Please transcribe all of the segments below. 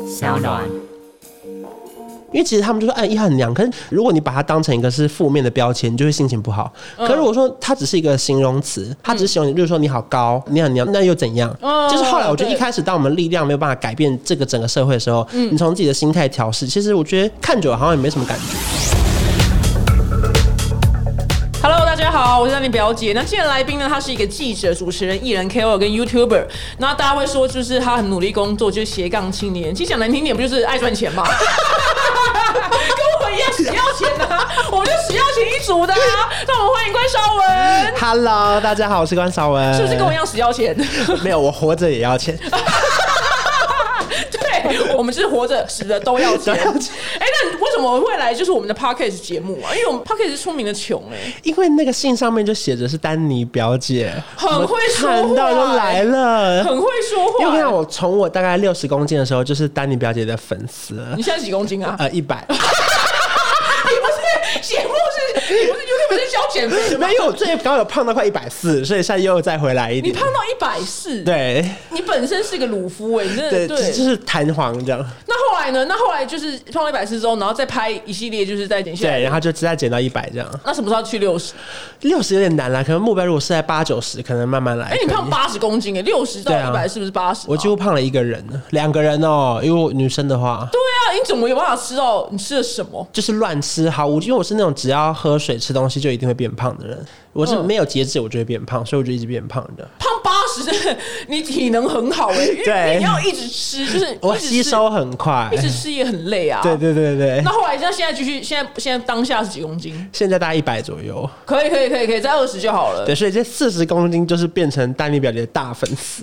小暖。 因为其实他们就说一号很娘，可是如果你把它当成一个是负面的标签，你就会心情不好。可是如果说它只是一个形容词，它只是形容你，就是说你好高，你很娘，那又怎样？就是后来我觉得一开始当我们力量没有办法改变这个整个社会的时候，你从自己的心态调试，其实我觉得看久了好像也没什么感觉。 Hello， 大家好，我是丹妮表姐。那今天的来宾呢，他是一个记者、主持人、艺人、KOL 跟 YouTuber。那大家会说，就是他很努力工作，就是斜杠青年。其实讲难听点，不就是爱赚钱吗？跟我一样死要钱啊，我们就死要钱一族的啊。那我们欢迎关韶文。 Hello， 大家好，我是关韶文。 是不是跟我一样死要钱？ 没有，我活着也要钱。 对，我们是活着死的都要钱。那为什么会来就是我们的 Podcast 节目啊？因为我们 Podcast 是出名的穷因为那个信上面就写着是丹妮表姐， 很会说话， 看到就来了， 很会说话。 因为我从我大概60公斤的时候，就是丹妮表姐的粉丝了。 你现在几公斤啊 ？100。 你不是节目是，你不是 YouTube 是教减肥的吗？ 没有，最高有胖到快140，所以现在又再回来一点。 你胖到140， 对，你本身是个鲁夫你真的对，就是弹簧这样。 那后来呢？那后来就是胖到140之后，然后再拍一系列，就是再减下来， 对，然后就再减到100这样。 那什么时候去 60？60有点难啦，可能目标如果是在80、90，可能慢慢来。 你胖80公斤60到100是不是80？ 我几乎胖了1个人，2个人哦，因为我女生的话。 对啊，你怎么有办法吃到？你吃了什么？ 就是乱吃，毫无，因为我是那种只要喝水吃东西就一定会变胖的人，我是没有节制我就会变胖，所以我就一直变胖的。 胖80，你体能很好对，你要一直吃，就是我吸收很快， 一直吃也很累啊。 对。那后来现在继续，现在当下是几公斤？ 现在大概100左右。可以，再20就好了。 对，所以这40公斤就是变成丹妮表姐的大粉丝。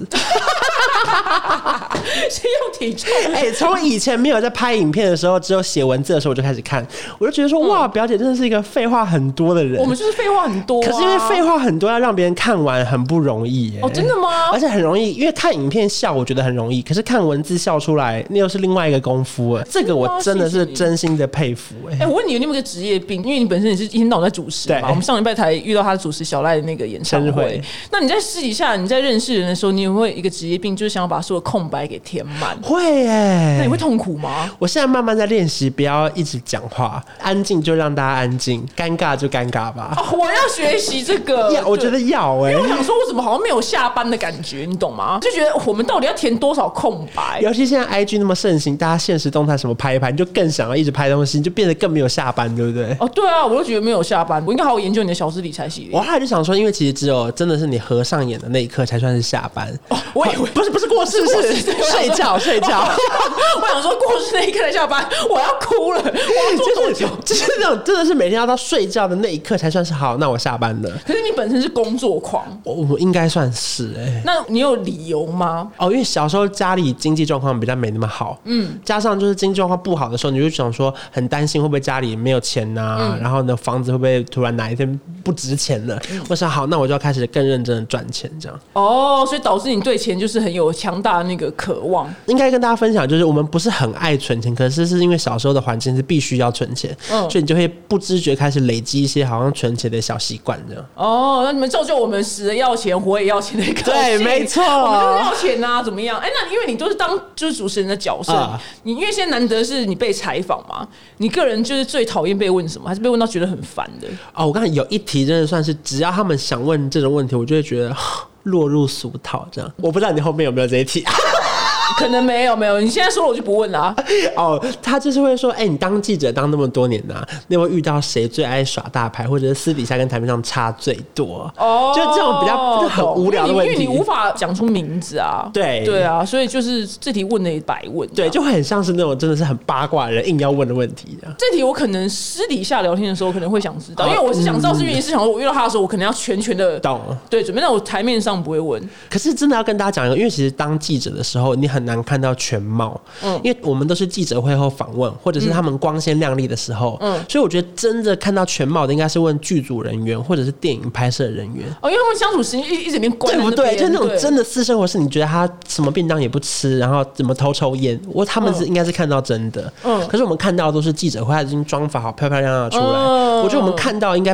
是用体重从以前没有在拍影片的时候，只有写文字的时候我就开始看，我就觉得说哇，表姐真的是一个废话很多的人。 我们就是废话很多可是因为废话很多要让别人看完很不容易真的吗？ 而且很容易，因为看影片笑我觉得很容易，可是看文字笑出来那又是另外一个功夫这个我真的是真心的佩服我问你有没有个职业病？因为你本身也是一天到晚在主持嘛。我们上礼拜才遇到他主持小赖的那个演唱会。那你在私底下你在认识人的时候，你有没有一个职业病，就是想要把所有空白给填满？ 会那你会痛苦吗？ 我现在慢慢在练习，不要一直讲话，安静就让大家安静，尴尬就尴尬吧。 我要学习这个， 我觉得要因为我想说，我怎么好像没有下班的感觉，你懂吗？就觉得我们到底要填多少空白？ 尤其现在 IG 那么盛行，大家限时动态什么拍一拍，你就更想要一直拍东西，你就变得更没有下班，对不对？ 对啊，我就觉得没有下班，我应该好好研究你的小资理财系列。 我后来就想说，因为其实只有真的是你合上眼的那一刻才算是下班。 我以为不是过世，是睡觉。 我想说过世那一刻才下班，我要哭了。我要做多久？ 就是那种真的是每天要到睡觉的那一刻才算是好，那我下班了。 可是你本身是工作狂， 我应该算是那你有理由吗？ 因为小时候家里经济状况比较没那么好，加上就是经济状况不好的时候，你就想说很担心会不会家里没有钱然后呢房子会不会突然哪一天不值钱了？我想好，那我就要开始更认真的赚钱，这样。 所以导致你对钱就是很有强大的那个渴望。 应该跟大家分享，就是我们不是很爱存钱，可是因为小时候的环境是必须要存钱，所以你就会不知觉开始累积一些好像存钱的小习惯，这样。 那你们造就我们死了要钱，活也要钱的一个对，没错， 我们就是要钱啊，怎么样？那因为你都是当就是主持人的角色，你因为现在难得是你被采访嘛，你个人就是最讨厌被问什么，还是被问到觉得很烦的？ 我刚才有一题真的算是，只要他们想问这种问题，我就会觉得落入俗套，这样。我不知道你后面有没有这一题。 可能没有，你现在说了我就不问了他就是会说，你当记者当那么多年你有没有遇到谁最爱耍大牌，或者是私底下跟台面上差最多？就这种比较很无聊的问题， 因为你无法讲出名字啊。对啊，所以就是这题问的也白问， 对，就会很像是那种真的是很八卦的人硬要问的问题。 这题我可能私底下聊天的时候可能会想知道，因为我是想知道，是原因是想说我遇到他的时候，我可能要全的懂， 对，准备在我台面上不会问。 可是真的要跟大家讲一个，因为其实当记者的时候，你很难看到全貌，因为我们都是记者会后访问，或者是他们光鲜亮丽的时候，所以我觉得真的看到全貌的应该是问剧组人员或者是电影拍摄人员， 因为他们相处时间一整天关在那边， 对不对？就那种真的私生活是你觉得他什么便当也不吃，然后怎么偷抽烟，他们是应该是看到真的，可是我们看到的都是记者会，他已经妆法好漂漂亮亮的出来，我觉得我们看到应该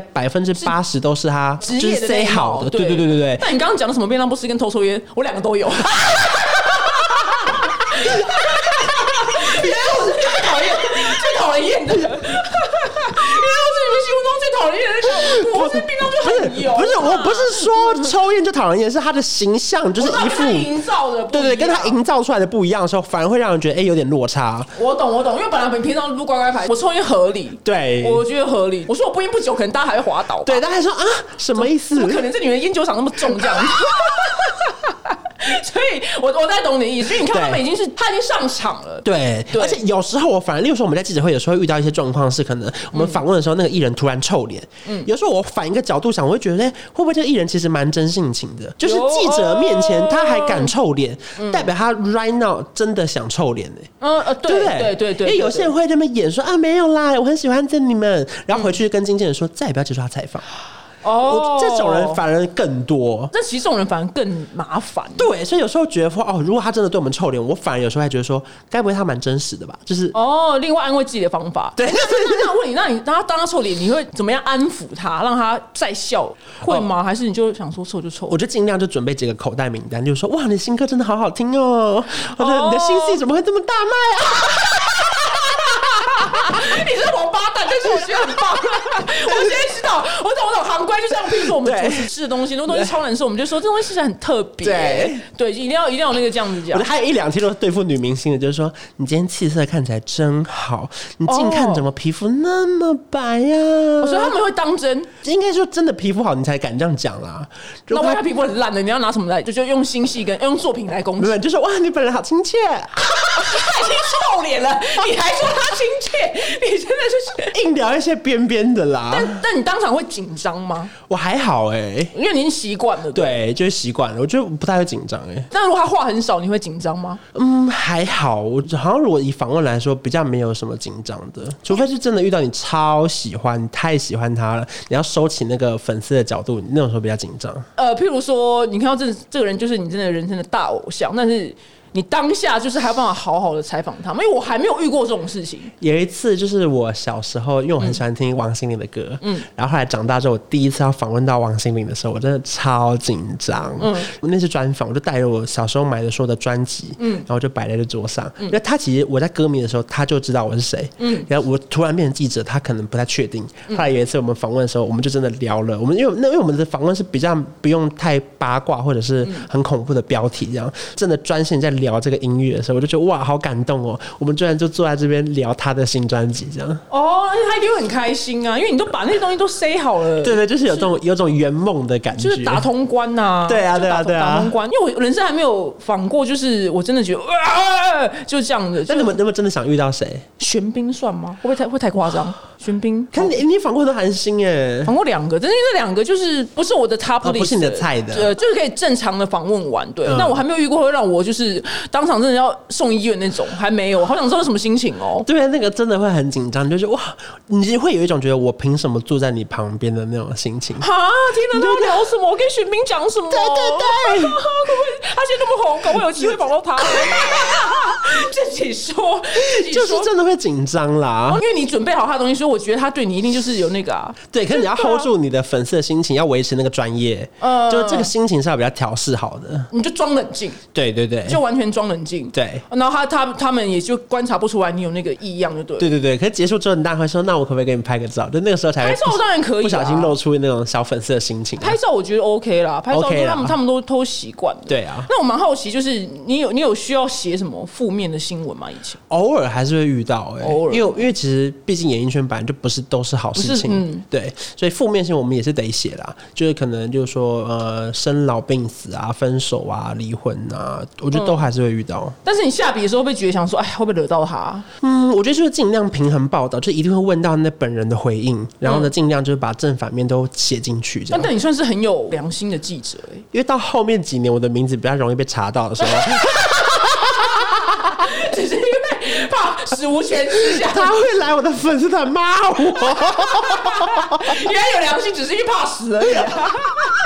80%都是他就是 say 好的，对。 那你刚刚讲的什么便当不吃跟偷抽烟，我2个都有。 我不是说抽烟就讨人厌，是他的形象就是一副营造的， 对，跟他营造出来的不一样的时候，反而会让人觉得有点落差。 我懂，因为本来平常不乖乖牌，我抽烟合理， 对， 我觉得合理。我说我不烟不酒，可能大家还会滑倒吧。 对，大家说啊，什么意思？ 怎么可能这女人烟酒厂那么重这样子？所以我在懂你的意思，所以你看他们已经上场了， 对，而且有时候我反而，例如说我们在记者会有时候会遇到一些状况，是可能我们访问的时候，那个艺人突然臭脸，有时候我反一个角度想，我会觉得，会不会这个艺人其实蛮真性情的，就是记者面前他还敢臭脸，代表他 right now 真的想臭脸对， 因为有些人会这么演说啊，没有啦，我很喜欢你们，然后回去跟经纪人说，再也不要接受他采访。这种人反而更多， 那其实这种人反而更麻烦。 对，所以有时候觉得说，如果他真的对我们臭脸，我反而有时候还觉得说，该不会他蛮真实的吧？就是另外安慰自己的方法。对，那我问你，那你当他臭脸，你会怎么样安抚他，让他再笑？会吗？还是你就想说臭就臭？ 我就尽量就准备几个口袋名单，就是说，哇，你新歌真的好好听哦，或者你的新戏怎么会这么大卖啊？ 你是王八蛋，但是我觉得很棒。我现在知道，我懂，行规就这样。譬如说我们主持吃的东西，那东西超难受，我们就说这东西其实很特别。对，一定要有那个这样子讲。 我觉得还有1-2天都对付女明星的，就是说你今天气色看起来真好，你近看怎么皮肤那么白呀？ 所以他们会当真， 应该说真的皮肤好，你才敢这样讲啦。 那万一他皮肤很烂的，你要拿什么来？就用新戏跟用作品来攻击？ 对，就说哇，你本人好亲切。 他已经臭脸了，你还说他亲切，你真的就是硬聊一些边边的啦。 但你当场会紧张吗？ 我还好因为你已经习惯了。 对，就是习惯了，我觉得不太会紧张但如果他话很少，你会紧张吗？ 还好，我好像如果以访问来说，比较没有什么紧张的，除非是真的遇到你超喜欢，你太喜欢他了，你要收起那个粉丝的角度，那种时候比较紧张。 譬如说，你看到这个人就是你真的人生的大偶像，但是你当下就是还有办法好好的采访他们，因为我还没有遇过这种事情。 有一次就是我小时候，因为我很喜欢听王心凌的歌，然后后来长大之后，我第一次要访问到王心凌的时候，我真的超紧张。那次专访，我就带着我小时候买的所有的专辑，然后就摆在这桌上。因为他其实我在歌迷的时候，他就知道我是谁。然后我突然变成记者，他可能不太确定。后来有一次我们访问的时候，我们就真的聊了。因为我们的访问是比较不用太八卦或者是很恐怖的标题，这样真的专线在聊这个音乐的时候，我就觉得哇，好感动哦！我们居然就坐在这边聊他的新专辑，这样而且他一定会很开心啊，因为你都把那些东西都塞好了。对， 就是有种圆梦的感觉， 就是打通关呐。对啊，打通关。因为我人生还没有访过，就是我真的觉得就这样的。 那你们真的想遇到谁？ 玄彬算吗？会不会太夸张？玄彬， 看你访过很多韩星耶， 访过2个，但是那2个就是不是我的 top list， 不是你的菜的， 就是可以正常的访问完。对，那我还没有遇过会让我就是当场真的要送医院那种，还没有。好想知道什么心情哦。 对，那个真的会很紧张，就是哇，你会有一种觉得我凭什么坐在你旁边的那种心情。 天哪，他聊什么？我跟玄彬讲什么？对，可不可以？他现在那么红，搞不好有机会访到他。自己说， 就是真的会紧张啦， 因为你准备好他的东西，所以我觉得他对你一定就是有那个对，可是你要 hold 住你的粉丝的心情，要维持那个专业，就这个心情是要比较调试好的， 你就装冷静， 对， 就完全装冷静， 对， 然后他们也就观察不出来你有那个异样，就对， 对，可是结束之后，你当然会说，那我可不可以给你拍个照？就那个时候才会拍照，当然可以， 不小心露出那种小粉丝的心情。 拍照我觉得 OK 啦，拍照他们都习惯的， 对啊。 那我蛮好奇，就是你有需要写什么负面的新闻吗？以前偶尔还是会遇到， 偶尔， 因为其实毕竟演艺圈本来就不是都是好事情，对，所以负面性我们也是得写啦，就是可能就是说生老病死啊、分手啊、离婚啊，我觉得都还是会遇到。 但是你下笔的时候会觉得想说，哎，会不会惹到他？ 我觉得就是尽量平衡报道，就一定会问到那本人的回应，然后呢，尽量就是把正反面都写进去。这样， 但你算是很有良心的记者因为到后面几年我的名字比较容易被查到的时候。 只是因为怕史无前例下， 他会来我的粉丝团骂我。 原来有良心，只是因为怕死而已。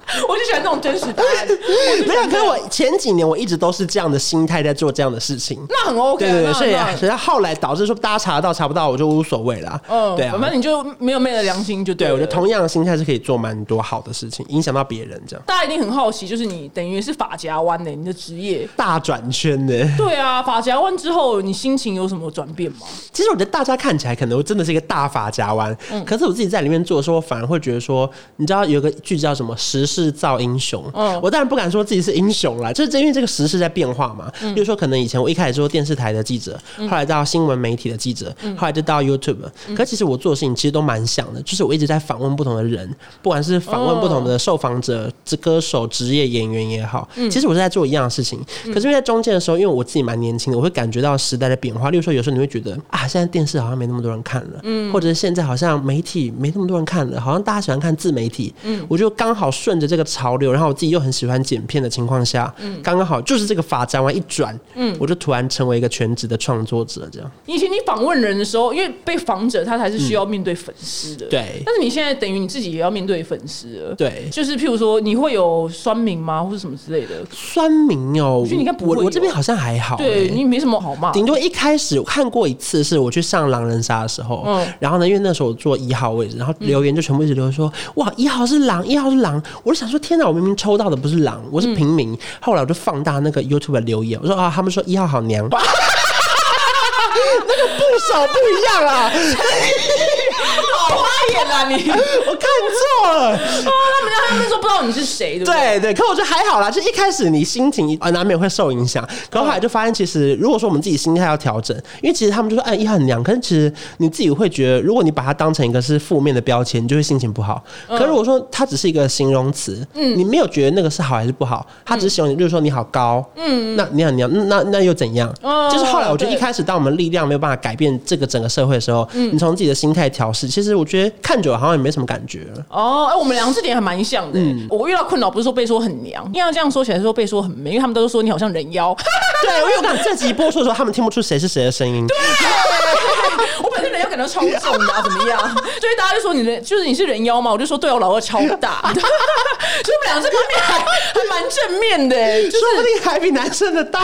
我就喜欢这种真实答案。 没有，可是我前几年我一直都是这样的心态在做这样的事情， 那很 OK。 对对对，所以后来导致说大家查得到查不到我就无所谓啦。对啊， 反正你就没有昧了良心就对了。 对，我觉得同样的心态是可以做蛮多好的事情，影响到别人这样。 大家一定很好奇，就是你等于是发夹弯的，你的职业大转圈的。 对啊，发夹弯之后，你心情有什么转变吗？ 其实我觉得大家看起来可能真的是一个大发夹弯，可是我自己在里面做的时候，我反而会觉得说，你知道有个句子叫什么"时势造英雄"，我当然不敢说自己是英雄啦，就是因为这个时势在变化嘛。比如说，可能以前我一开始做电视台的记者，后来到新闻媒体的记者，后来就到 YouTube。可其实我做的事情其实都蛮像的，就是我一直在访问不同的人，不管是访问不同的受访者、歌手、职业演员也好，其实我是在做一样的事情。可是因为在中间的时候，因为我自己蛮年轻的，我会感觉到时代的变化。例如说，有时候你会觉得啊，现在电视好像没那么多人看了，或者是现在好像媒体没那么多人看了，好像大家喜欢看自媒体。我就刚好顺着这个潮流，然后我自己又很喜欢剪片的情况下，刚刚好就是这个发展完一转，我就突然成为一个全职的创作者。这样， 以前你访问人的时候，因为被访者他还是需要面对粉丝的， 对。 但是你现在等于你自己也要面对粉丝了， 对。 就是譬如说，你会有酸民吗，或者什么之类的？ 酸民哦， 你看我这边好像还好， 对你没什么好骂。 顶多一开始我看过一次，是我去上狼人杀的时候，然后呢，因为那时候我坐1号位置，然后留言就全部一直留言说，哇，1号是狼，1号是狼。我就想说，天哪，我明明抽到的不是狼，我是平民。后来我就放大那个 YouTube 的留言，我说啊，他们说1号好娘。那个部首不一样啊！ 好花眼啊你！ 我看错了。 他们说不知道你是谁，对不对？对对，可我觉得还好啦。就一开始你心情难免会受影响，可后来就发现，其实如果说我们自己心态要调整，因为其实他们就说1号很娘，可是其实你自己会觉得，如果你把它当成一个是负面的标签，你就会心情不好。可如果说它只是一个形容词，你没有觉得那个是好还是不好，它只是形容，就是说你好高，那你很娘，那又怎样？就是后来我觉得一开始当我们力量没有办法改变这个整个社会的时候，你从自己的心态调试，其实我觉得看久了好像也没什么感觉了。 我们俩这点还蛮像的。我遇到困扰不是说被说很娘，硬要这样说起来说被说很美，因为他们都说你好像人妖。 对，我有讲这集播出的时候，他们听不出谁是谁的声音。 对，我本身人妖感到超重的，怎么样？所以大家就说你是人妖吗？我就说对，我老二超大。所以我们俩这方面还蛮正面的， 说不定还比男生的大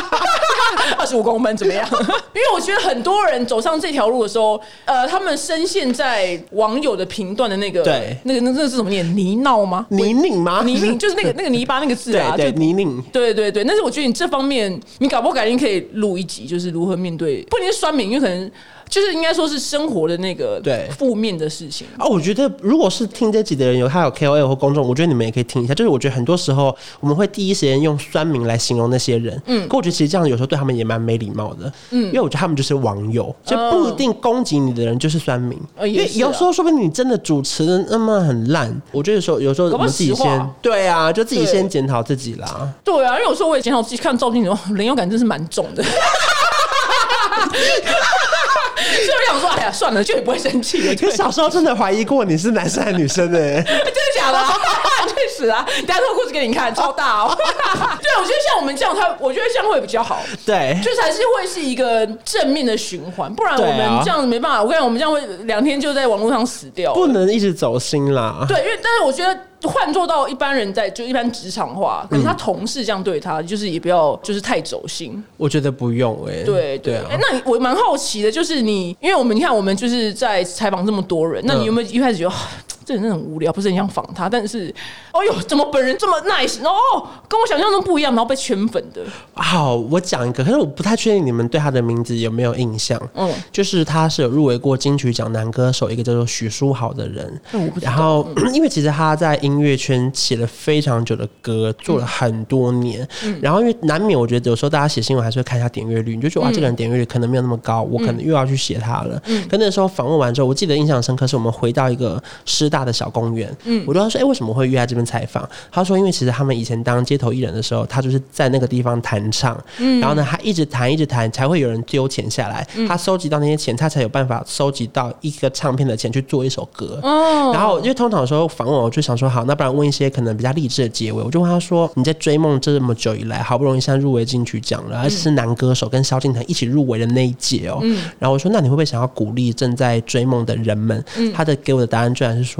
25公分，怎么样？因为我觉得很多人走上这条路的时候，他们深陷在网友的评断的那个是什么念？泥淖吗？ 泥泞吗？ 泥泞就是那个泥巴那个字啊， 对，泥泞。 对对对，但是我觉得你这方面，你搞不好改天可以录一集，就是如何面对，不一定是酸民，因为可能就是应该说是生活的那个负面的事情我觉得如果是听这集的人他有 KOL 或公众，我觉得你们也可以听一下。就是我觉得很多时候我们会第一时间用酸民来形容那些人，可我觉得其实这样有时候对他们也蛮没礼貌的，因为我觉得他们就是网友，所以不一定攻击你的人就是酸民，因为有时候说不定你真的主持的那么很烂，我觉得有时候我们自己先对啊，就自己先检讨自己啦。对啊，因为有时候我也检讨自己，看照片的时候人妖感真是蛮重的。所以我想说，哎呀，算了，就也不会生气了。 可小时候真的怀疑过你是男生还是女生的，真的假的？确实啊，等下脱裤子给你看，超大哦。对，我觉得像我们这样，我觉得这样会比较好。对，就是还是会是一个正面的循环，不然我们这样子没办法。我跟你讲，我们这样会2天就在网络上死掉， 不能一直走心啦。 对，因为但是我觉得。换做到一般人就一般职场化，可能他同事这样对他，就是也不要就是太走心。我觉得不用对对啊。那我蛮好奇的，就是因为你看我们就是在采访这么多人，那你有没有一开始觉得这人真的很无聊，不是很想访他，但是怎么本人这么 nice， 跟我想象中不一样，然后被圈粉的。好，我讲一个，可是我不太确定你们对他的名字有没有印象。就是他是有入围过金曲奖男歌手，一个叫做许书豪的人。然后因为其实他在音乐圈写了非常久的歌，做了很多年。然后因为难免，我觉得有时候大家写新闻还是会看一下点阅率，你就觉得哇，这个人点阅率可能没有那么高，我可能又要去写他了。可那时候访问完之后，我记得印象深刻是我们回到一个师大的小公园，我就说为什么会约在这边采访？他说因为其实他们以前当街头艺人的时候，他就是在那个地方弹唱，然后呢他一直弹才会有人丢钱下来，他收集到那些钱，他才有办法收集到一个唱片的钱去做一首歌。然后因为通常有时候访问我就想说好，那不然问一些可能比较励志的结尾，我就问他说你在追梦这么久以来，好不容易现在入围金曲奖了，而且是男歌手跟萧敬腾一起入围的那一届然后我说那你会不会想要鼓励正在追梦的人们？他给我的答案居然是说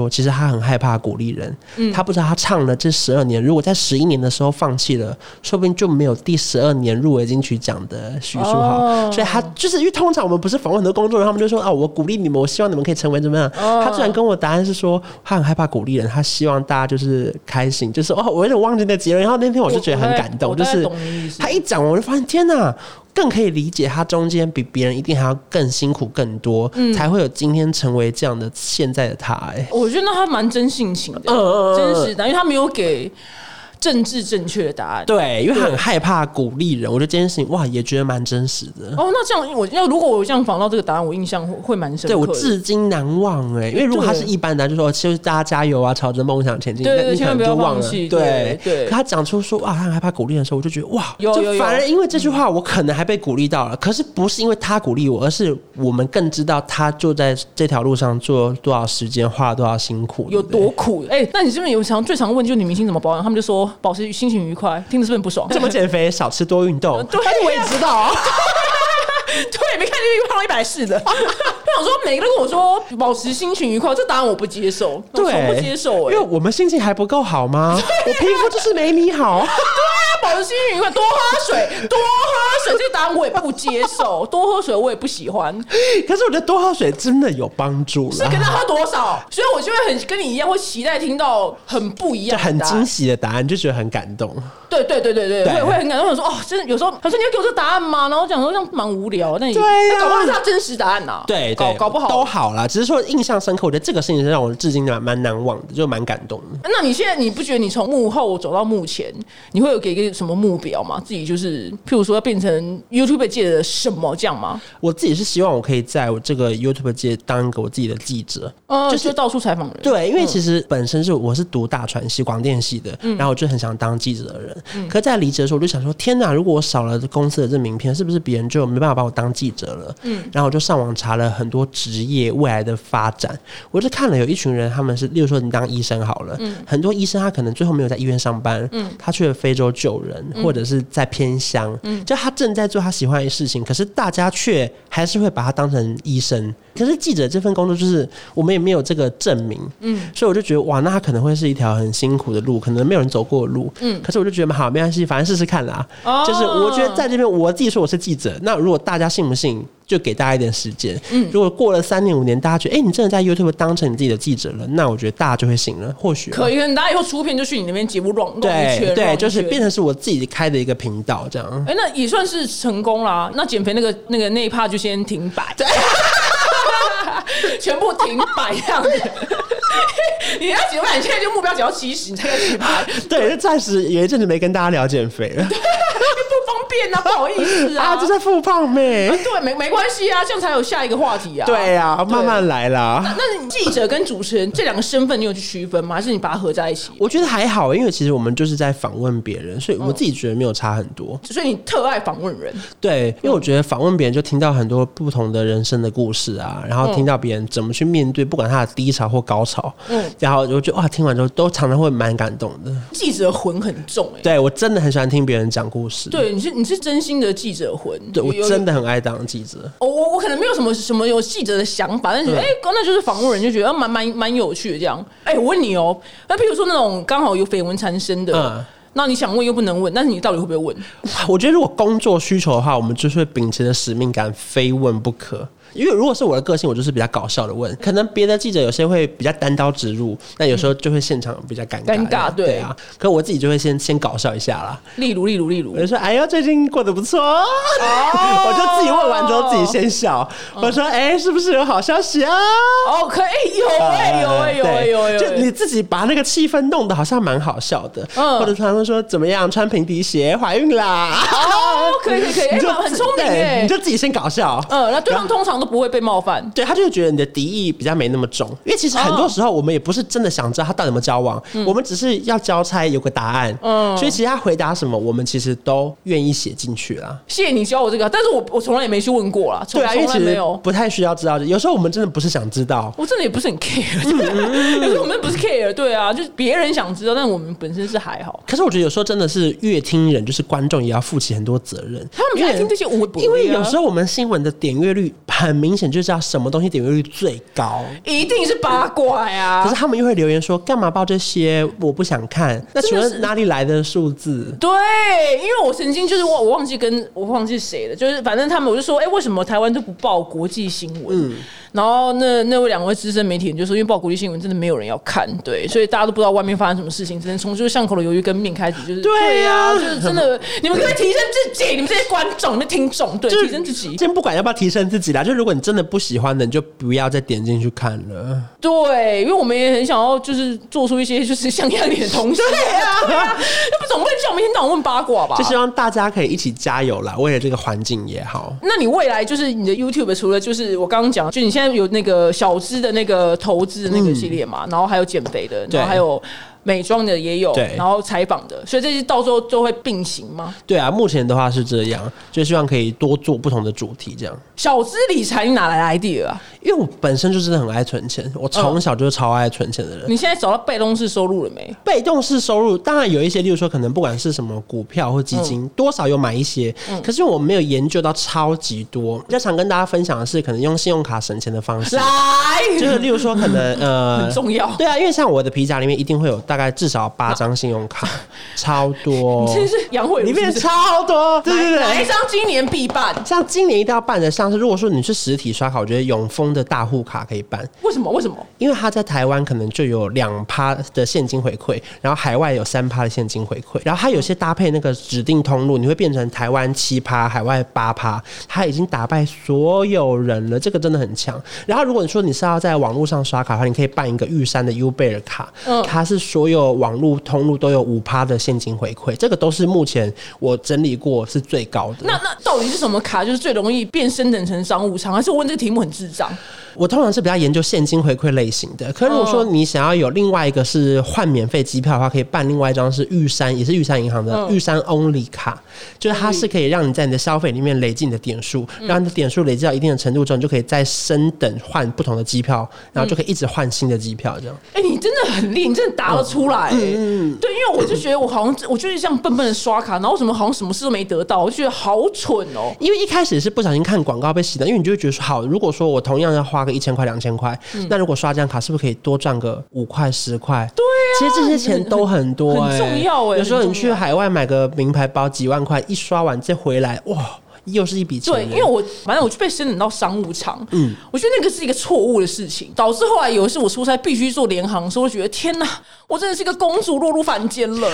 说，其实他很害怕鼓励人，他不知道他唱了这12年，如果在11年的时候放弃了，说不定就没有第12年入围金曲奖的许书豪。所以他就是因为通常我们不是访问很多工作人员，他们就说啊，我鼓励你们，我希望你们可以成为怎么样。他居然跟我答案是说，他很害怕鼓励人，他希望大家就是开心，就是我有点忘记那结论。然后那天我就觉得很感动，就是他一讲完我就发现天哪，更可以理解他中间比别人一定还要更辛苦更多，才会有今天成为这样的现在的他。 我觉得他蛮真性情的，真实的，因为他没有给政治正确的答案。 对，因为他很害怕鼓励人，我觉得这件事情哇也觉得蛮真实的。 那这样如果我这样访到这个答案，我印象会蛮深刻的。 对，我至今难忘。因为如果他是一般的，就说就是大家加油啊，朝着梦想前进， 对， 你可能就忘了。 对， 可他讲出说哇他很害怕鼓励人的时候，我就觉得哇， 有反而因为这句话我可能还被鼓励到了。可是不是因为他鼓励我，而是我们更知道他就在这条路上做多少时间，花了多少辛苦， 有多苦。那你是不是最常问就是女明星怎么保养？他们就说保持心情愉快，听着是不是不爽？ 怎么减肥？少吃多运动。 对， 我也知道。 对，没看见胖到140的。我想说，每个人跟我说保持心情愉快，这答案我不接受， 对， 我不接受。 因为我们心情还不够好吗？我皮肤就是没你好。对啊，保持心情愉快，多喝水，多喝水，这个答案我也不接受。多喝水我也不喜欢。 可是我觉得多喝水真的有帮助。 是跟他喝多少？所以我就会跟你一样，会期待听到很不一样的答案， 就很惊喜的答案，就觉得很感动。 对，会很感动。我说真的，有时候他说你要给我这答案吗？然后我讲说这样蛮无聊，那搞不好是他真实答案呐。 对， 搞不好都好啦，只是说印象深刻。我觉得这个事情是让我至今蛮难忘的，就蛮感动的。 那你现在你不觉得你从幕后走到幕前，你会有给一个什么目标吗？自己就是譬如说要变成 YouTube 界的什么这样吗？ 我自己是希望我可以在我这个 YouTube 界当一个我自己的记者， 就到处采访人。 对，因为其实本身我是读大传系广电系的，然后我就很想当记者的人。可在离职的时候，我就想说，天哪！如果我少了公司的这名片，是不是别人就没办法把我当记者了？然后我就上网查了很多职业未来的发展，我就看了有一群人，他们是，例如说你当医生好了，很多医生他可能最后没有在医院上班，他去了非洲救人，或者是在偏乡，就他正在做他喜欢的事情，可是大家却还是会把他当成医生。可是记者这份工作就是我们也没有这个证明，所以我就觉得哇，那他可能会是一条很辛苦的路，可能没有人走过的路，可是我就觉得好，没关系，反正试试看啦。就是我觉得在这边我自己说我是记者，那如果大家信不信，就给大家一点时间。如果过了3年5年，大家觉得你真的在 YouTube 当成你自己的记者了，那我觉得大家就会信了，或许可以，大家以后出片就去你那边节目乱一圈， 对，就是变成是我自己开的一个频道这样。 那也算是成功啦。那减肥那一趴就先停摆。全部停摆这样子。你要减肥，你现在就目标只要70，你才可以停摆。 对，暂时有一阵子没跟大家聊减肥了， 不方便啊，不好意思啊， 就在复胖妹。 对，没关系啊，这样才有下一个话题啊。 对啊，慢慢来啦。 那你记者跟主持人这两个身份，你有去区分吗？还是你把它合在一起？ 我觉得还好，因为其实我们就是在访问别人，所以我自己觉得没有差很多。 所以你特爱访问人？ 对，因为我觉得访问别人就听到很多不同的人生的故事啊，然后听到别人怎么去面对，不管他的低潮或高潮，然后我觉得哇，听完之后都常常会蛮感动的。 记者魂很重对，我真的很喜欢听别人讲故事。 对，你是真心的记者魂。 对，我真的很爱当记者。 我可能没有什么有记者的想法，但是那就是访问人，就觉得蛮有趣的这样。我问你哦，那譬如说那种刚好有绯闻缠身的。那你想问又不能问，但是你到底会不会问？ 我觉得如果工作需求的话，我们就是会秉持着使命感，非问不可。因为如果是我的个性，我就是比较搞笑的问，可能别的记者有些会比较单刀直入，那有时候就会现场比较尴尬。对啊，可我自己就会先搞笑一下啦。 例如， 我就说哎呦，最近过得不错我就自己问完之后自己先笑。我说是不是有好消息啊？ 可以有， 就你自己把那个气氛弄得好像蛮好笑的，或者他们说怎么样，穿平底鞋怀孕啦？ 可以，你就很聪明你就自己先搞笑。 那对方通常都不会被冒犯， 对，他就会觉得你的敌意比较没那么重，因为其实很多时候我们也不是真的想知道他到底有没有交往，我们只是要交差有个答案，所以其实他回答什么，我们其实都愿意写进去啦。谢谢你教我这个，但是我从来也没去问过啦。 对啊，因为其实不太需要知道，有时候我们真的不是想知道， 我真的也不是很 care，有时候我们不是 care， 对啊，就是别人想知道，但我们本身是还好。 可是我觉得有时候真的是乐听人，就是观众也要负起很多责任， 他们爱听这些无， 因为有时候我们新闻的点阅率很明显就知道什么东西点阅率最高， 一定是八卦呀。 可是他们又会留言说干嘛报这些，我不想看。那请问哪里来的数字？ 对，因为我曾经就是我忘记谁了，就是反正他们我就说，为什么台湾都不报国际新闻？然后那位2位资深媒体人就说，因为报国际新闻真的没有人要看，对，所以大家都不知道外面发生什么事情，只能从就是巷口的鱿鱼跟面开始，就是对啊，就是真的，你们可以提升自己，你们这些观众、你们听众，对，提升自己。 先不管要不要提升自己啦，就如果你真的不喜欢的，你就不要再点进去看了。 对，因为我们也很想要就是做出一些就是像样点的东西。对啊，那不总不能叫我们一天到晚问八卦吧？ 就希望大家可以一起加油啦，为了这个环境也好。 那你未来就是你的 YouTube 除了就是我刚刚讲，就你现在有那个小资的那个投资的那个系列嘛，然后还有减肥的，然后还有美妆的也有，然后采访的，所以这些到时候都会并行吗？ 对啊，目前的话是这样，就希望可以多做不同的主题这样。 小资理财你哪来的 idea 啊？ 因为我本身就真的很爱存钱，我从小就是超爱存钱的人。 你现在找到被动式收入了没？ 被动式收入当然有一些，例如说可能不管是什么股票或基金，多少有买一些，可是我没有研究到超级多。比较常跟大家分享的是，可能用信用卡省钱的方式，就是例如说可能很重要。 对啊，因为像我的皮夹里面一定会有大概至少8张信用卡，超多。 你真是杨慧茹， 里面超多，对对对。 哪一张今年必办？ 像今年一定要办的，像是如果说你是实体刷卡，我觉得永丰的大户卡可以办。 为什么？为什么？因为它在台湾可能就有2%的现金回馈，然后海外有3%的现金回馈，然后它有些搭配那个指定通路，你会变成台湾7%，海外8%，它已经打败所有人了，这个真的很强。然后如果你说你是要在网络上刷卡的话，你可以办一个玉山的 Uber 卡，它是所有网络通路都有5%的现金回馈，这个都是目前我整理过是最高的。 那到底是什么卡就是最容易变升等成商务舱？还是我问这个题目很智障？ 我通常是比较研究现金回馈类型的，可是如果说你想要有另外一个是换免费机票的话，可以办另外一张是玉山，也是玉山银行的玉山 Only 卡，就是它是可以让你在你的消费里面累积你的点数，让你的点数累积到一定的程度之后，你就可以再升等换不同的机票，然后就可以一直换新的机票这样。 你真的很厉害，你真的答得出来。对，因为我就觉得我好像我就是像笨笨的刷卡，然后好像什么事都没得到，我就觉得好蠢哦。 因为一开始是不小心看广告被洗的，因为你就会觉得说，好，如果说我同样要花个1000块、2000块，那如果刷这张卡是不是可以多赚个5块、10块？对啊，其实这些钱都很多， 很重要有时候你去海外买个名牌包几万块，一刷完再回来，哇！又是一笔钱。 对，因为反正我就被升等到商务舱，我觉得那个是一个错误的事情，导致后来有一次我出差必须做联航的时候，我觉得天哪，我真的是一个公主落入凡间了。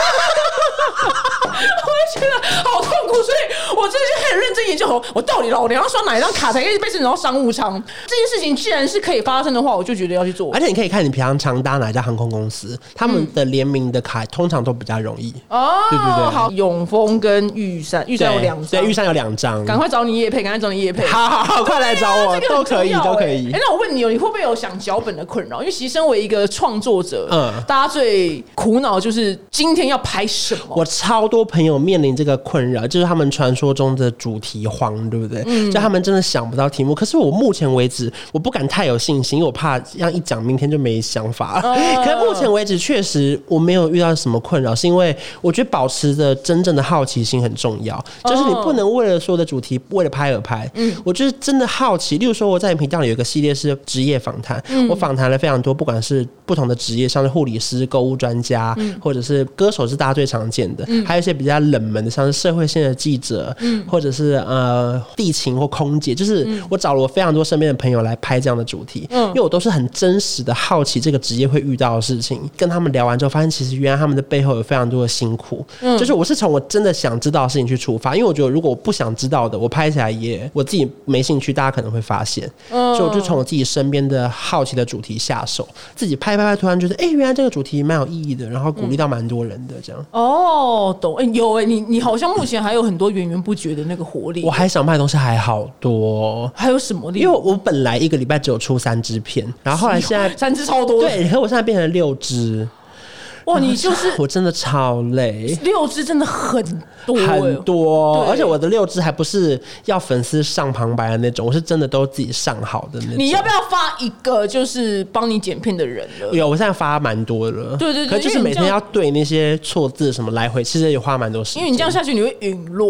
我就觉得好痛苦，所以我真的就很认真研究，我到底老娘要刷哪一张卡才可以被升等到商务舱？这件事情既然是可以发生的话，我就觉得要去做。 而且你可以看你平常搭哪一家航空公司，他们的联名的卡通常都比较容易。对对对， 好，永丰跟玉山有2张， 对，玉山有2张， 赶快找你业配，赶快找你业配， 好，快来找我，都可以，都可以。 那我问你你会不会有想脚本的困扰？因为其实身为一个创作者，大家最苦恼就是今天要拍什么。 我超多朋友面临这个困扰，就是他们传说中的主题荒，对不对？就他们真的想不到题目。可是我目前为止，我不敢太有信心，因为我怕这样一讲，明天就没想法。可是目前为止，确实我没有遇到什么困扰，是因为我觉得保持着真正的好奇心很重要。就是你不能为了所有的主题为了拍而拍。我就是真的好奇。例如说，我在频道里有一个系列是职业访谈，我访谈了非常多，不管是不同的职业，像是护理师、购物专家，或者是歌手，是大家最常见的。还有一些比较冷门的，像是社会线的记者，或者是地勤或空姐，就是我找了我非常多身边的朋友来拍这样的主题，因为我都是很真实的好奇这个职业会遇到的事情，跟他们聊完之后，发现其实原来他们的背后有非常多的辛苦，就是我是从我真的想知道的事情去出发，因为我觉得如果我不想知道的，我拍起来也我自己没兴趣，大家可能会发现，所以我就从我自己身边的好奇的主题下手，自己拍，突然觉得原来这个主题蛮有意义的，然后鼓励到蛮多人的这样。 懂。有你好像目前还有很多源源不绝的那个活力。 我还想拍的东西还好多。 还有什么？ 因为我本来1个礼拜只有出3支片，然后后来现在 3支超多。 对，可我现在变成6支。 哇，你就是我真的超累 ，6支真的很多很多，而且我的6支还不是要粉丝上旁白的那种，我是真的都自己上好的那种。 你要不要发一个就是帮你剪片的人了？ 有，我现在发蛮多了。 对， 可就是每天要对那些错字什么来回，其实也花蛮多时间。 因为你这样下去你会陨落。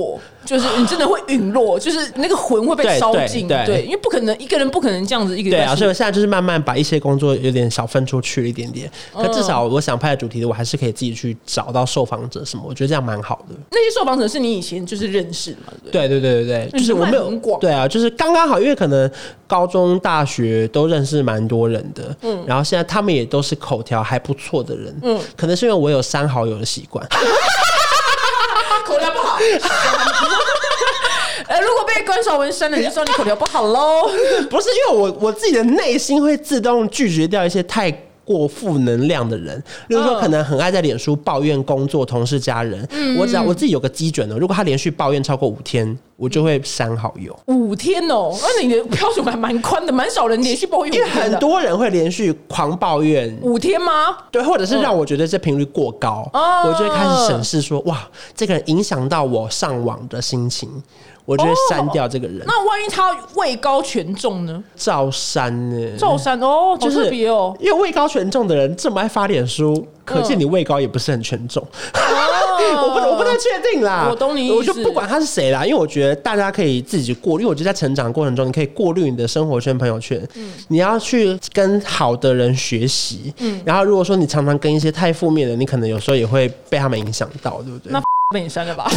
就是你真的会陨落，就是那个魂会被烧尽。对，因为不可能一个人不可能这样子一个。 对啊，所以我现在就是慢慢把一些工作有点小分出去了一点点，可至少我想拍的主题的，我还是可以自己去找到受访者什么，我觉得这样蛮好的。 那些受访者是你以前就是认识的嘛？ 对，就是我没有很广。对啊，就是刚刚好，因为可能高中、大学都认识蛮多人的，然后现在他们也都是口条还不错的人，可能是因为我有删好友的习惯， 口条不好。如果被关韶文删了，你就说你口条不好喽。 不是因为我自己的内心会自动拒绝掉一些太过负能量的人，例如说可能很爱在脸书抱怨工作、同事、家人。我只要我自己有个基准的，如果他连续抱怨超过5天，我就会删好友。 5天哦，那你的标准还蛮宽的，蛮少人连续抱怨5天的。 因为很多人会连续狂抱怨 5天吗？ 对，或者是让我觉得这频率过高，我就会开始审视说，哇，这个人影响到我上网的心情。我就会删掉这个人。 那万一他位高权重呢？ 照删呢？ 照删哦，好特别哦。 因为位高权重的人这么爱发脸书，可见你位高也不是很权重。我不太确定啦。 我懂你意思。 我就不管他是谁啦，因为我觉得大家可以自己过滤。因为我觉得在成长过程中，你可以过滤你的生活圈、朋友圈。你要去跟好的人学习。然后如果说你常常跟一些太负面的，你可能有时候也会被他们影响到，对不对？ 被你删了吧？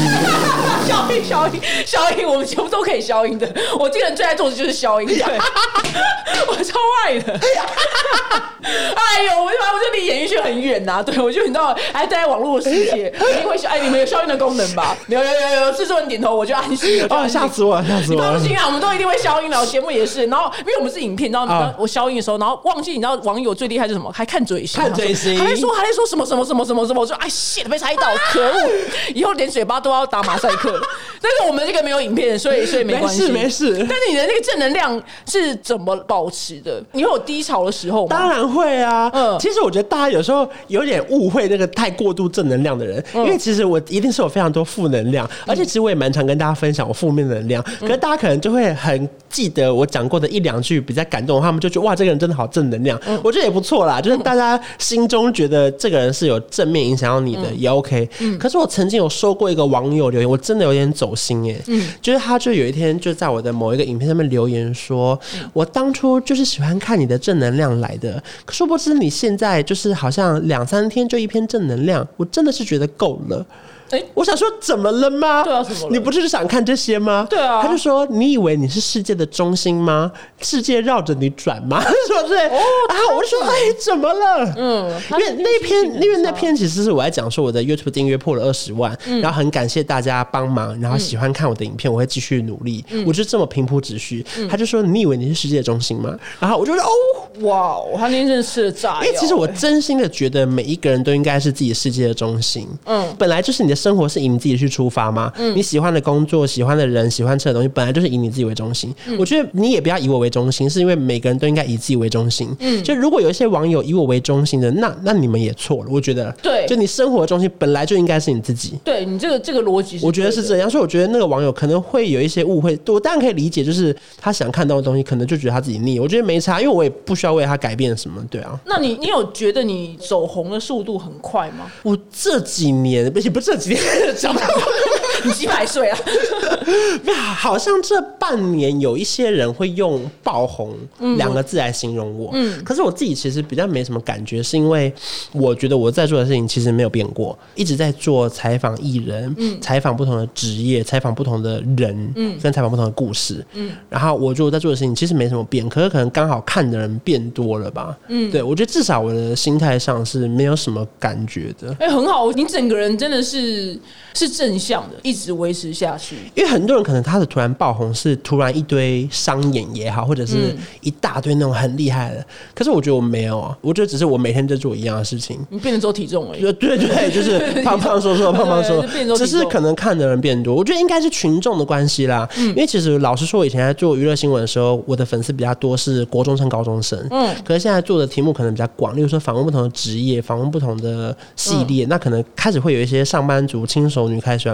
消音，我们节目都可以消音的。我这个人最爱做的就是消音，对，我超爱的。哎呦，我就离演艺圈很远呐。对，我就你知道，还待在网络世界，一定会消。哎，你们有消音的功能吧？有，制作人点头，我就安心了。 哦，吓死我了！ 你放心啊，我们都一定会消音的。节目也是，然后因为我们是影片，然后我消音的时候，然后忘记你知道网友最厉害是什么？还看嘴型， 还在说什么，我说哎shit，被猜到，可恶！以后连嘴巴都要打马赛克。但是我们这个没有影片，所以没关系， 没事。 但是你的那个正能量是怎么保持的？你会有低潮的时候吗？ 当然会啊。其实我觉得大家有时候有点误会那个太过度正能量的人，因为其实我一定是有非常多负能量，而且其实我也蛮常跟大家分享我负面的能量。可是大家可能就会很记得我讲过的1-2句比较感动，他们就觉得哇，这个人真的好正能量。我觉得也不错啦，就是大家心中觉得这个人是有正面影响到你的，也 OK。可是我曾经有收过一个网友留言，我真的有点走心耶。就是他就有一天就在我的某一个影片上面留言说，我当初就是喜欢看你的正能量来的，可殊不知你现在就是好像2-3天就一篇正能量，我真的是觉得够了。我想说怎么了吗？ 对啊，怎么了？ 你不就是想看这些吗？ 对啊。 他就说，你以为你是世界的中心吗？世界绕着你转吗？是不是？我就说怎么了？因为那篇其实是我在讲说我的 YouTube 订阅破了20万，然后很感谢大家帮忙，然后喜欢看我的影片，我会继续努力。我就这么平铺直叙。他就说，你以为你是世界的中心吗？然后我就说哇，他那天真的吃了炸药。 因为其实我真心的觉得每一个人都应该是自己世界的中心。本来就是你的生活是以你自己去出发嘛。你喜欢的工作、喜欢的人、喜欢吃的东西，本来就是以你自己为中心。我觉得你也不要以我为中心，是因为每个人都应该以自己为中心。就如果有一些网友以我为中心的，那你们也错了。我觉得， 对， 就你生活的中心本来就应该是你自己。 对你这个逻辑， 我觉得是这样。所以我觉得那个网友可能会有一些误会，我当然可以理解，就是他想看到的东西，可能就觉得他自己腻。我觉得没差，因为我也不需要为他改变什么。对啊。 那你有觉得你走红的速度很快吗？ 我这几年，不是这几年， 你几百岁啊？ 好像这半年有一些人会用爆红2个字来形容我。可是我自己其实比较没什么感觉，是因为我觉得我在做的事情其实没有变过，一直在做采访艺人，采访不同的职业，采访不同的人，跟采访不同的故事。然后我觉得我在做的事情其实没什么变，可是可能刚好看的人变多了吧。对，我觉得至少我的心态上是没有什么感觉的。 很好，你整个人真的是正向的，一直维持下去。 因为很多人可能他的突然爆红是突然一堆商演也好，或者是一大堆那种很厉害的，可是我觉得我没有啊，我觉得只是我每天在做一样的事情。 你变成走体重而已。 对，就是胖胖瘦瘦，胖胖瘦瘦，只是可能看的人变多。我觉得应该是群众的关系啦。因为其实老实说，我以前在做娱乐新闻的时候，我的粉丝比较多是国中生、高中生。可是现在做的题目可能比较广，例如说访问不同的职业，访问不同的系列，那可能开始会有一些上班族、轻熟女开始喜欢看。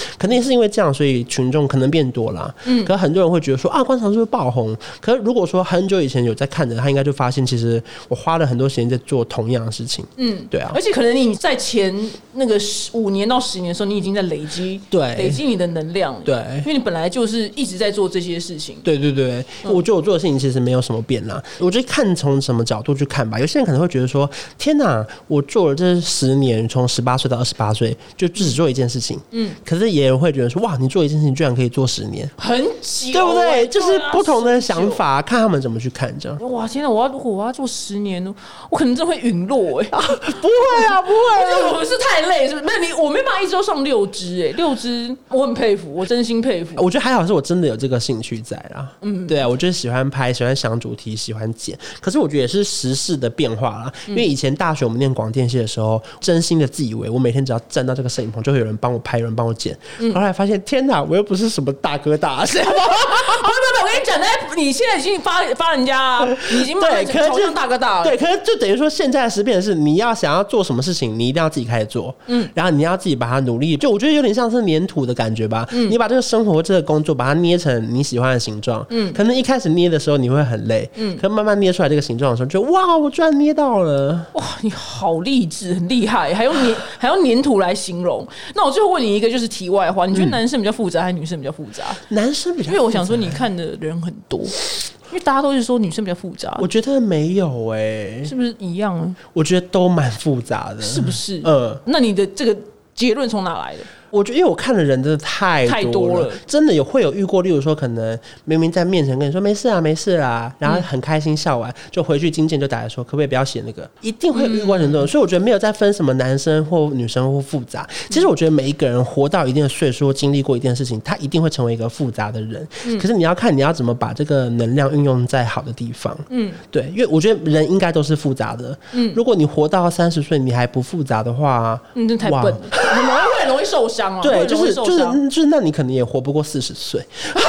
肯定是因为这样，所以群众可能变多啦。可是很多人会觉得说啊，官场是不是爆红？可是如果说很久以前有在看的，他应该就发现，其实我花了很多时间在做同样的事情。对啊。 而且可能你在前那个5年到10年的时候，你已经在累积你的能量。 对， 因为你本来就是一直在做这些事情。 对，我觉得我做的事情其实没有什么变啦。我觉得看从什么角度去看吧。有些人可能会觉得说，天哪，我做了这10年，从18岁到28岁，就只做一件事情。可是也有人会觉得说，哇，你做一件事情居然可以做10年， 很久， 对不对？就是不同的想法，看他们怎么去看这样。 哇，天哪！如果我要做10年，我可能真的会陨落哎。 不会啊，不会啊， 我是太累，是不是？我没办法一周上6支哎，6支我很佩服，我真心佩服。 我觉得还好是我真的有这个兴趣在啦。对啊，我就是喜欢拍，喜欢想主题，喜欢剪。可是我觉得也是时事的变化啦。因为以前大学我们念广电系的时候，真心的自以为我每天只要站到这个摄影棚，就会有人帮我拍，有人帮我剪。后来发现，天哪，我又不是什么大哥大姐。 我跟你讲，你现在已经发人家啊，你已经对，可是就大哥大了。 对，可是就等于说，现在的时变是，你要想要做什么事情，你一定要自己开始做。然后你要自己把它努力，就我觉得有点像是粘土的感觉吧。你把这个生活、这个工作，把它捏成你喜欢的形状。可能一开始捏的时候你会很累，可慢慢捏出来这个形状的时候，就哇，我居然捏到了！ 哇，你好励志，很厉害，还用粘土来形容。那我最后问你一个，就是题外话，你觉得男生比较复杂，还是女生比较复杂？ 男生比较复杂， 因为我想说，你看的人很多。因为大家都是说女生比较复杂， 我觉得没有是不是一样？ 我觉得都蛮复杂的， 是不是？那你的这个结论从哪来的？ 我觉得因为我看的人真的太多了，真的会有遇过，例如说可能明明在面前跟你说没事啊没事啊，然后很开心笑完，就回去经纪人就打来说可不可以不要写那个，一定会遇过很多人。所以我觉得没有在分什么男生或女生或复杂，其实我觉得每一个人活到一定的岁数，经历过一件事情，他一定会成为一个复杂的人。可是你要看你要怎么把这个能量运用在好的地方。对，因为我觉得人应该都是复杂的。如果你活到30岁你还不复杂的话， 真的太笨了，很容易受伤。 对，就是，那你可能也活不过40岁。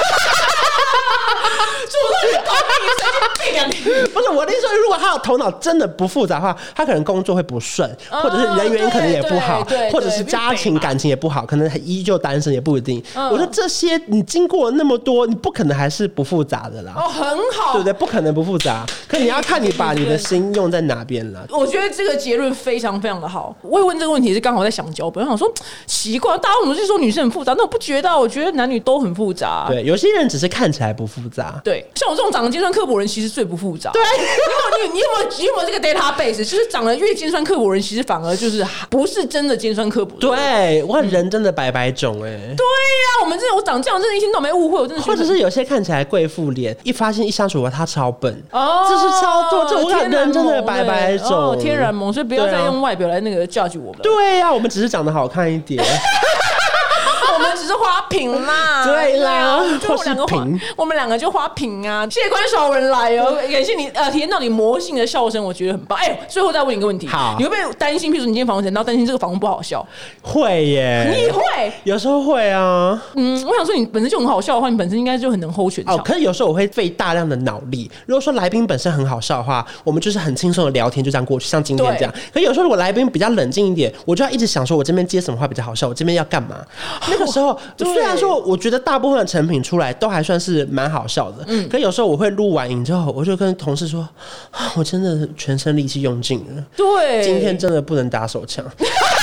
不是我的意思说，如果他的头脑真的不复杂的话，他可能工作会不顺，或者是人缘可能也不好，或者是家庭感情也不好，可能依旧单身也不一定。我说这些你经过了那么多，你不可能还是不复杂的啦。 很好， 对不对？不可能不复杂，可你要看你把你的心用在哪边了。 我觉得这个结论非常非常的好。我也问这个问题是刚好在想脚本，我想说奇怪，大家为什么就说女生很复杂？那我不觉得，我觉得男女都很复杂。 对，有些人只是看起来不复杂。 对，像我这种长得尖酸刻薄人，其实最不复杂。 对， 你有没有这个 database？ 就是长得越尖酸刻薄人，其实反而就是不是真的尖酸刻薄。 对，我看人真的百种对呀，我长这样，真的一天到没误会，我真的或者是有些看起来贵妇脸，一发现一相处他超笨这是超多，这我看人真的百种天然萌，所以不要再用外表来那个 judge 我们。 对呀，我们只是长得好看一点。 我们只是花瓶啦， 对啦， 我们两个就花瓶啊！谢谢关少文来哦，感谢你体验到你魔性的笑声，我觉得很棒。最后再问你一个问题， 好， 你会不会担心？譬如说你今天访问前，然后担心这个访问不好笑？ 会耶， 你会？ 有时候会啊。 我想说你本身就很好笑的话，你本身应该就很能 hold 全场。 可是有时候我会费大量的脑力。如果说来宾本身很好笑的话，我们就是很轻松的聊天，就这样过去，像今天这样。可有时候如果来宾比较冷静一点，我就要一直想说，我这边接什么话比较好笑，我这边要干嘛？那个时候。虽然说我觉得大部分的成品出来都还算是蛮好笑的，可有时候我会录完影之后，我就跟同事说，我真的全身力气用尽了， 对， 今天真的不能打手枪。开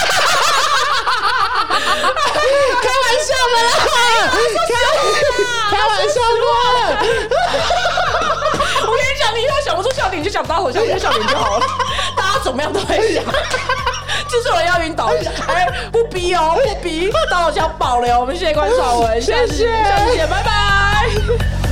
玩笑的啦，开玩笑的。 我跟你讲，你以后想不出笑点，你就想打手枪，就笑点就好了。大家怎么样都会想。制作人要晕倒，不逼哦，不逼，打手枪爆了。我们谢谢关少文，下次见，拜拜。